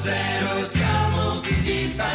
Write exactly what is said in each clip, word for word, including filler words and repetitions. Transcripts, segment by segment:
zero siamo tutti fan.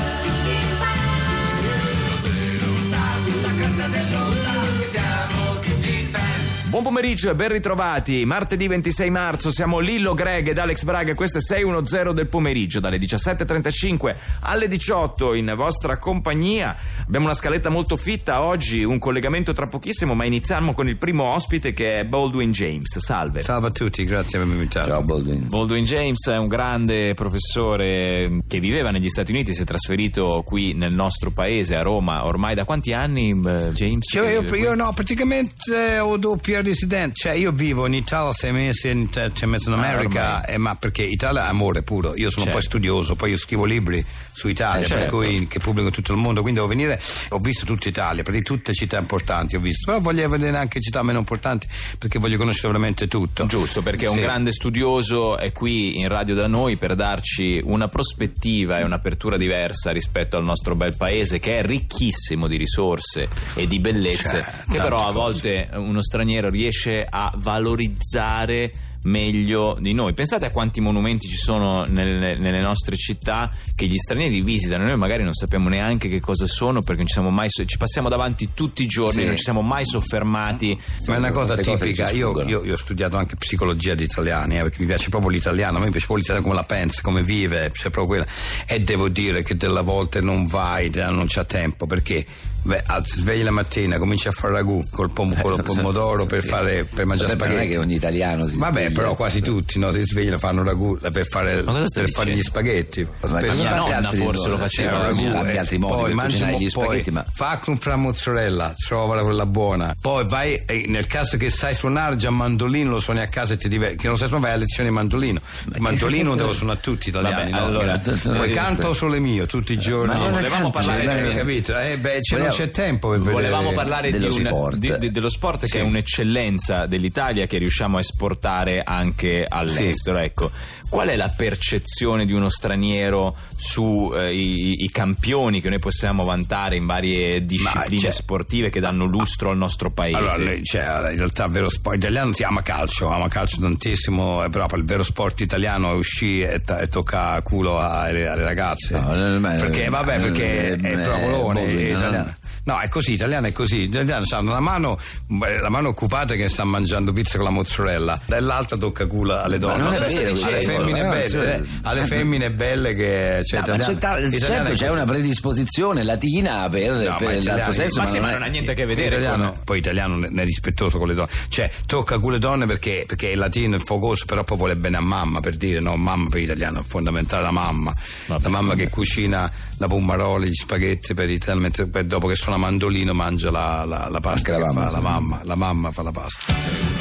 Sulla cresta dell'onda siamo tutti fan. Buon pomeriggio e ben ritrovati. Martedì ventisei marzo siamo Lillo Greg ed Alex Braga e questo è sei uno zero del pomeriggio dalle diciassette e trentacinque alle diciotto in vostra compagnia. Abbiamo una scaletta molto fitta oggi, un collegamento tra pochissimo, ma iniziamo con il primo ospite che è Baldwin James. Salve. Salve a tutti, grazie per avermi invitato. Ciao Baldwin. Baldwin James è un grande professore che viveva negli Stati Uniti, si è trasferito qui nel nostro paese, a Roma, ormai da quanti anni, James? Cioè, io, io no, praticamente ho doppia residenza, cioè io vivo in Italia sei mesi in, sei mesi in America, ah, eh, ma perché Italia è amore puro, io sono certo. Poi studioso, poi io scrivo libri su Italia, eh, certo. Per cui che pubblico in tutto il mondo, quindi devo venire, ho visto tutta Italia, perché tutte città importanti ho visto, però voglio vedere anche città meno importanti perché voglio conoscere veramente tutto. Giusto, perché sì. Un grande studioso è qui in radio da noi per darci una prospettiva e un'apertura diversa rispetto al nostro bel paese che è ricchissimo di risorse e di bellezze, cioè, che però a cose. volte uno straniero riesce a valorizzare meglio di noi. Pensate a quanti monumenti ci sono nelle, nelle nostre città che gli stranieri visitano, noi magari non sappiamo neanche che cosa sono perché non ci siamo mai so- ci passiamo davanti tutti i giorni, sì. Non ci siamo mai soffermati. Ma è una cosa tipica, io, io, io ho studiato anche psicologia di italiani, eh, perché mi piace proprio l'italiano, a me piace proprio l'italiano come la pensa, come vive, cioè proprio quella. E devo dire che delle volte non vai, non c'ha tempo, perché beh, svegli la mattina, cominci a fare ragù col, pom- col pomodoro per fare per mangiare Vabbè, spaghetti. Non è che ogni italiano si Vabbè, sveglia. Però quasi tutti, no? Si svegliano, fanno ragù per fare, per fare gli spaghetti. Ma Spesso- mia nonna forse lo faceva, eh, ragù, tanti eh, altri modi poi per mangi cucinare gli poi spaghetti, ma fa comprare mozzarella, trovala quella buona. Poi vai, eh, nel caso che sai suonare già mandolino, lo suoni a casa e ti diverti. Che non sai suonare, vai a lezioni di mandolino. Il mandolino devo suonare a tutti gli italiani. Vabbè, no? allora, Poi canto solo mio tutti i giorni. Ma volevamo parlare, eh, capito? Eh, beh, cioè, Volevo- non c'è tempo per vedere. Volevamo parlare di dello un, sport. di- di- dello sport che Sì. è un'eccellenza dell'Italia che riusciamo a esportare anche all'estero. Ecco, qual è la percezione di uno straniero su eh, i, i campioni che noi possiamo vantare in varie discipline cioè, sportive che danno lustro al nostro paese? Allora, lei- cioè, in realtà il vero sport italiano si ama calcio, ama calcio tantissimo, eh, però il vero sport italiano è uscire e, ta- e tocca culo alle, alle ragazze. No, non è mai- perché vabbè, non è- perché non è è- provolone Baldwin, è no? italiano. No, è così, italiano è così. Gli italiani hanno la mano, la mano occupata che sta mangiando pizza con la mozzarella, dall'altra tocca culo alle donne. non è alle vero, alle questo, femmine no, belle, cioè- eh, alle femmine belle che cioè, No, ma c'è, italiano- ta- italiano certo è c'è così. una predisposizione latina per, No, per ma l'altro italiani- sesso, ma ma sì, non ma è- non ha niente a che vedere italiano, con... poi italiano non è rispettoso con le donne, cioè tocca con le donne perché, perché è latino, è focoso, però poi vuole bene a mamma, per dire no, mamma per l'italiano è fondamentale, la mamma, Vabbè, la mamma vabbè. che cucina la pommaroli, gli spaghetti per italiano, mentre poi dopo che suona mandolino mangia la, la, la pasta Anche che la fa mamma, la sì. mamma, la mamma fa la pasta.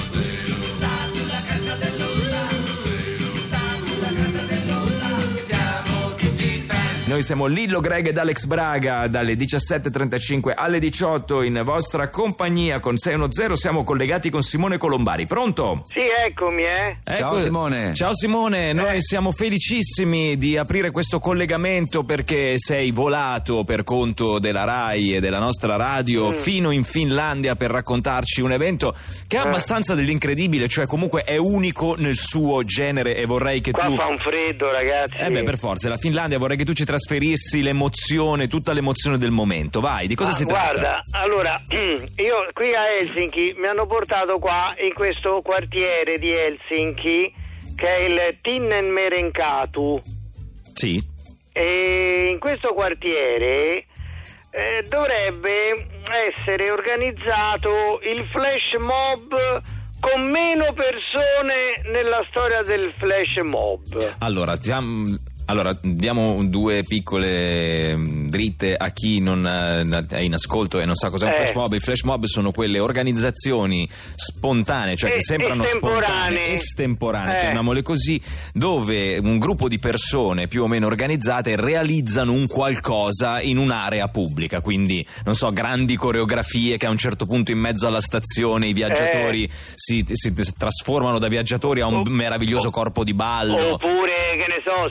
Noi siamo Lillo Greg ed Alex Braga dalle diciassette e trentacinque alle diciotto in vostra compagnia con sei uno zero. Siamo collegati con Simone Colombari. Pronto? Sì, eccomi, eh. Ciao, Simone. Ciao Simone, noi Eh. siamo felicissimi di aprire questo collegamento perché sei volato per conto della RAI e della nostra radio Mm. fino in Finlandia per raccontarci un evento che ha Eh. abbastanza dell'incredibile, cioè comunque è unico nel suo genere e vorrei che Qua tu... fa un freddo, ragazzi. Eh beh, per forza, la Finlandia, vorrei che tu ci trasferissi l'emozione, tutta l'emozione del momento. Vai, di cosa Ah, si guarda, tratta? allora, io qui a Helsinki mi hanno portato qua in questo quartiere di Helsinki che è il Tinnenmerenkatu, Sì. e in questo quartiere eh, dovrebbe essere organizzato il flash mob con meno persone nella storia del flash mob. Allora, diam- allora, diamo due piccole mh, dritte a chi non eh, è in ascolto e non sa cos'è un Eh. flash mob. I flash mob sono quelle organizzazioni spontanee, cioè E- che sembrano estemporanee. spontanee, estemporanee, Eh. chiamiamole così, dove un gruppo di persone più o meno organizzate realizzano un qualcosa in un'area pubblica, quindi, non so, grandi coreografie che a un certo punto in mezzo alla stazione i viaggiatori si, si trasformano da viaggiatori a un Oh, meraviglioso oh, corpo di ballo. Oppure, che ne so, si mettono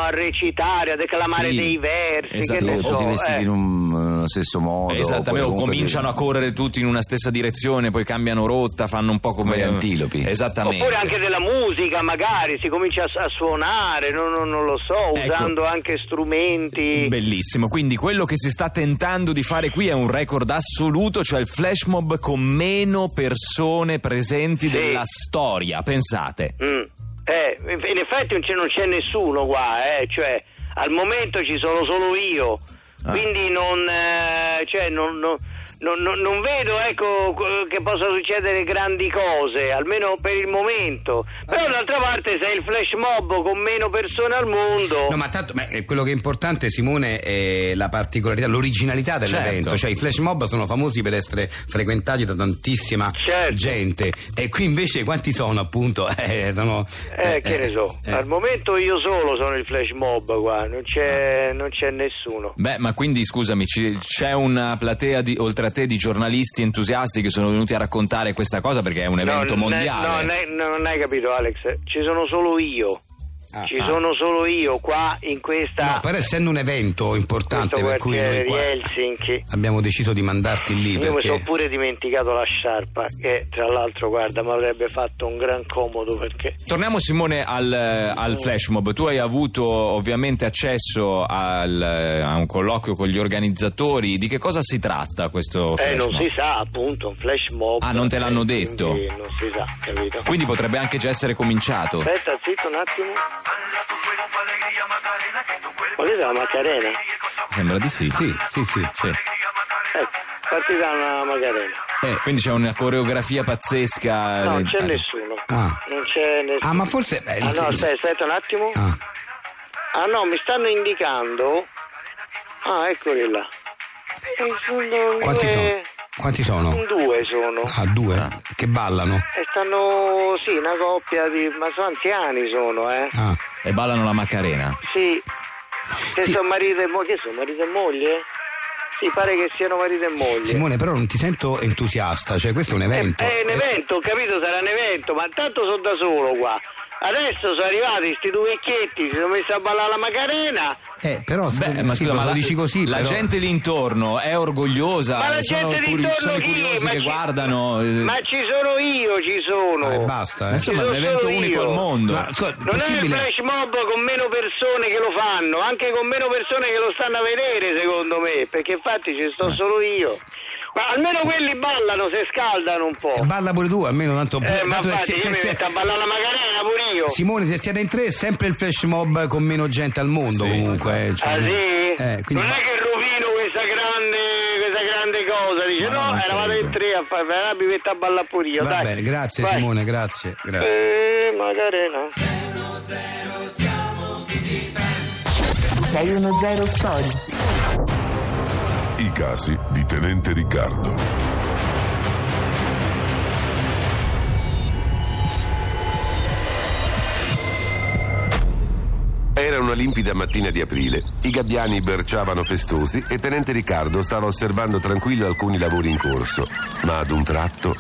a recitare, a declamare Sì, dei versi, esatto, che ne tutti so, vestiti eh. in un uh, stesso modo. Esattamente, o comunque cominciano a correre tutti in una stessa direzione, poi cambiano rotta, fanno un po' come Come gli antilopi. Esattamente. Oppure anche della musica, magari si comincia a, a suonare, non, non- non lo so, Ecco. usando anche strumenti. Bellissimo, quindi quello che si sta tentando di fare qui è un record assoluto, cioè il flash mob con meno persone presenti Sì. della storia, pensate. Mm. Eh, in effetti non c'è, non c'è nessuno qua, eh, cioè al momento ci sono solo io, Ah. quindi non, eh, cioè, non, non, non, non- non vedo, ecco, che possa succedere grandi cose, almeno per il momento. Però d'altra parte, se è il flash mob con meno persone al mondo. No, ma tanto ma, eh, quello che è importante, Simone, è la particolarità, l'originalità dell'evento. Certo. Cioè i flash mob sono famosi per essere frequentati da tantissima Certo. gente, e qui invece quanti sono, appunto? Eh, sono, Eh, che ne so, eh. al momento io solo sono il flash mob qua, non c'è, non c'è nessuno. Beh, ma quindi scusami, ci- c'è una platea di, oltre a te, di giornalisti entusiasti che sono venuti a raccontare questa cosa perché è un evento No, mondiale. No, ne- non hai capito, Alex, ci sono solo io. Ah, Ci ah. sono solo io qua in questa. No, però essendo un evento importante questo per cui quartiere noi qua di Helsinki. abbiamo deciso di mandarti lì Io mi perché sono pure dimenticato la sciarpa, che tra l'altro, guarda, mi avrebbe fatto un gran comodo perché. Torniamo, Simone, al, al flash mob. Tu hai avuto ovviamente accesso al, a un colloquio con gli organizzatori. Di che cosa si tratta questo flash Eh, non mob? si sa, appunto, un flash mob. Ah, non te l'hanno eh, detto? quindi Non si sa, capito? Quindi potrebbe anche già essere cominciato. Aspetta, zitto un attimo. Ma che è la Macarena? Sembra di sì. sì, sì, sì. Sì. Ecco, partita una Macarena. Eh, Quindi c'è una coreografia pazzesca. No, non Eh, c'è nessuno. Ah. Non c'è nessuno. Ah, ma forse beh, Ah, il- no, aspetta, aspetta un attimo. Ah. Ah no, mi stanno indicando. Ah, eccoli là. Eh, sono Quanti sono? due... Quanti sono? Due sono. Ah, due? Che ballano? E stanno, sì, una coppia di... ma sono anziani sono, eh. Ah. E ballano la Macarena. Sì. Che Sì. sono marito e moglie. Che sono marito e moglie? Sì, pare che siano marito e moglie. Simone, però non ti sento entusiasta, cioè questo è un evento. È, è un evento, ho capito, sarà un evento, ma tanto sono da solo qua. Adesso sono arrivati sti due vecchietti, si sono messi a ballare la Macarena. Eh, però Beh, ma sì, scusa, lo ma la, dici così, la però- gente lì intorno è orgogliosa, Ma la sono, gente curi- d'intorno sono i chi? curiosi Ma che ci- guardano. eh. Ma ci sono io, ci sono. Ah, e basta, eh. Insomma, è ci un sono evento solo unico io. al mondo. Ma, scusa, Non è il possibile? flash mob con meno persone che lo fanno, anche con meno persone che lo stanno a vedere, secondo me, perché infatti ci sto solo io. Ma almeno quelli ballano, se scaldano un po'. Eh, Balla pure tu, almeno tanto. Eh, ma tanto infatti se- io se- mi se- metto a ballare la Macarena pure io. Simone, se siete in tre è sempre il flash mob con meno gente al mondo, Sì. comunque. eh, cioè, Ah sì? eh, quindi- Non è che rovino questa grande, questa grande cosa, dice Ma no, no, non eravate credo. in tre a fare, allora mi metto a ballare pure io, Va dai. bene, grazie Vai. Simone, grazie. grazie. Eh, Macarena. sei uno zero Story. I casi di Tenente Riccardo. Era una limpida mattina di aprile. I gabbiani berciavano festosi e Tenente Riccardo stava osservando tranquillo alcuni lavori in corso. Ma ad un tratto...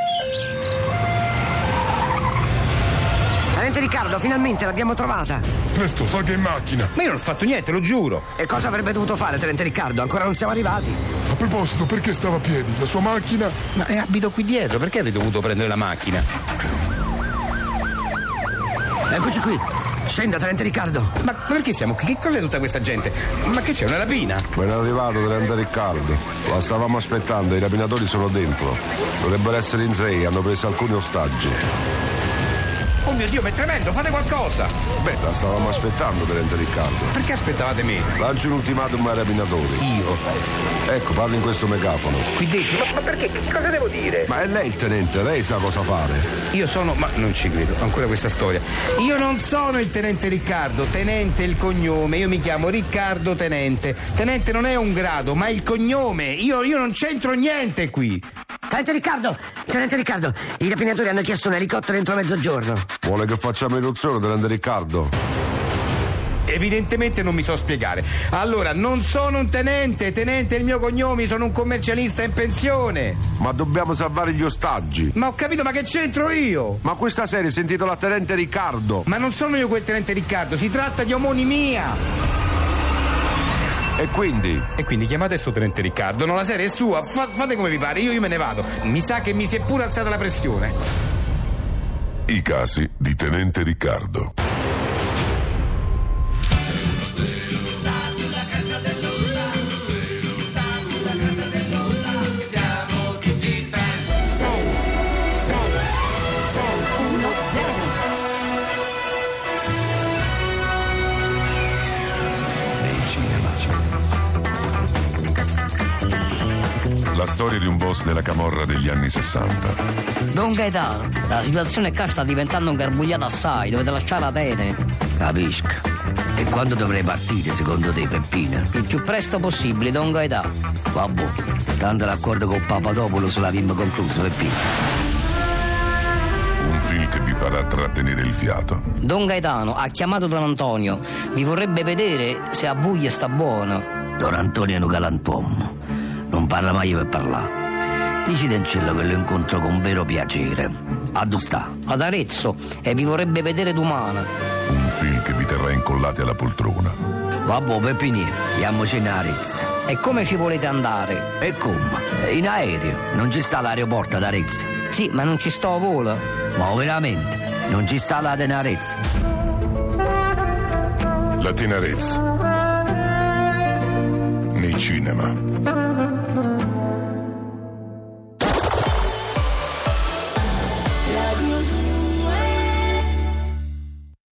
Tenente Riccardo, finalmente l'abbiamo trovata. Presto, salga in macchina. Ma io non ho fatto niente, lo giuro. E cosa avrebbe dovuto fare, Tenente Riccardo? Ancora non siamo arrivati. A proposito, perché stava a piedi? La sua macchina? Ma eh, abito qui dietro, perché avete dovuto prendere la macchina? Eccoci qui. Scenda, Tenente Riccardo. Ma perché siamo qui? Che cos'è tutta questa gente? Ma che c'è, una rapina? Ben arrivato, Tenente Riccardo. La stavamo aspettando, i rapinatori sono dentro. Dovrebbero essere in sei, hanno preso alcuni ostaggi. Oh mio Dio, ma è tremendo, fate qualcosa! Beh, la stavamo aspettando, Tenente Riccardo. Perché aspettavate me? Lanci un ultimatum ai rapinatori. Io? Ecco, parli in questo megafono. Qui dentro? Ma, ma perché? Che cosa devo dire? Ma è lei il tenente, lei sa cosa fare. Io sono... ma non ci credo, ancora questa storia. Io non sono il tenente Riccardo, tenente è il cognome, io mi chiamo Riccardo Tenente. Tenente non è un grado, ma è il cognome. Io, io non c'entro niente qui. Tenente Riccardo, Tenente Riccardo, i rapinatori hanno chiesto un elicottero entro mezzogiorno. Vuole che facciamo irruzione, Tenente Riccardo? Evidentemente non mi so spiegare. Allora, non sono un tenente, tenente è il mio cognome, sono un commercialista in pensione. Ma dobbiamo salvare gli ostaggi. Ma ho capito, ma che c'entro io? Ma questa serie si intitola Tenente Riccardo. Ma non sono io quel tenente Riccardo, si tratta di omonimia. E quindi? E quindi chiamate sto tenente Riccardo, no, la serie è sua, fa- fate come vi pare, io, io me ne vado. Mi sa che mi si è pure alzata la pressione. I casi di tenente Riccardo. La storia di un boss della camorra degli anni sessanta. Don Gaetano, la situazione qua sta diventando ingarbugliata assai, dovete lasciare Atene. Capisco. E quando dovrei partire, secondo te, Peppina? Il più presto possibile, Don Gaetano. Vabbè, tanto l'accordo con Papadopoulos l'abbiamo concluso, Peppina. Un film che vi farà trattenere il fiato. Don Gaetano ha chiamato Don Antonio, vi vorrebbe vedere se a voi sta buono. Don Antonio è un galantuomo. Non parla mai per parlare. Dici Dencello che lo incontro con vero piacere. A dove sta? Ad Arezzo, e vi vorrebbe vedere domani. Un film che vi terrà incollati alla poltrona. Vabbè, Peppini, andiamoci in Arezzo. E come ci volete andare? E come? In aereo. Non ci sta l'aeroporto ad Arezzo. Sì, ma non ci sto a volo. Ma veramente? Non ci sta la Tenarezzo? La Tenarezzo. Nei cinema.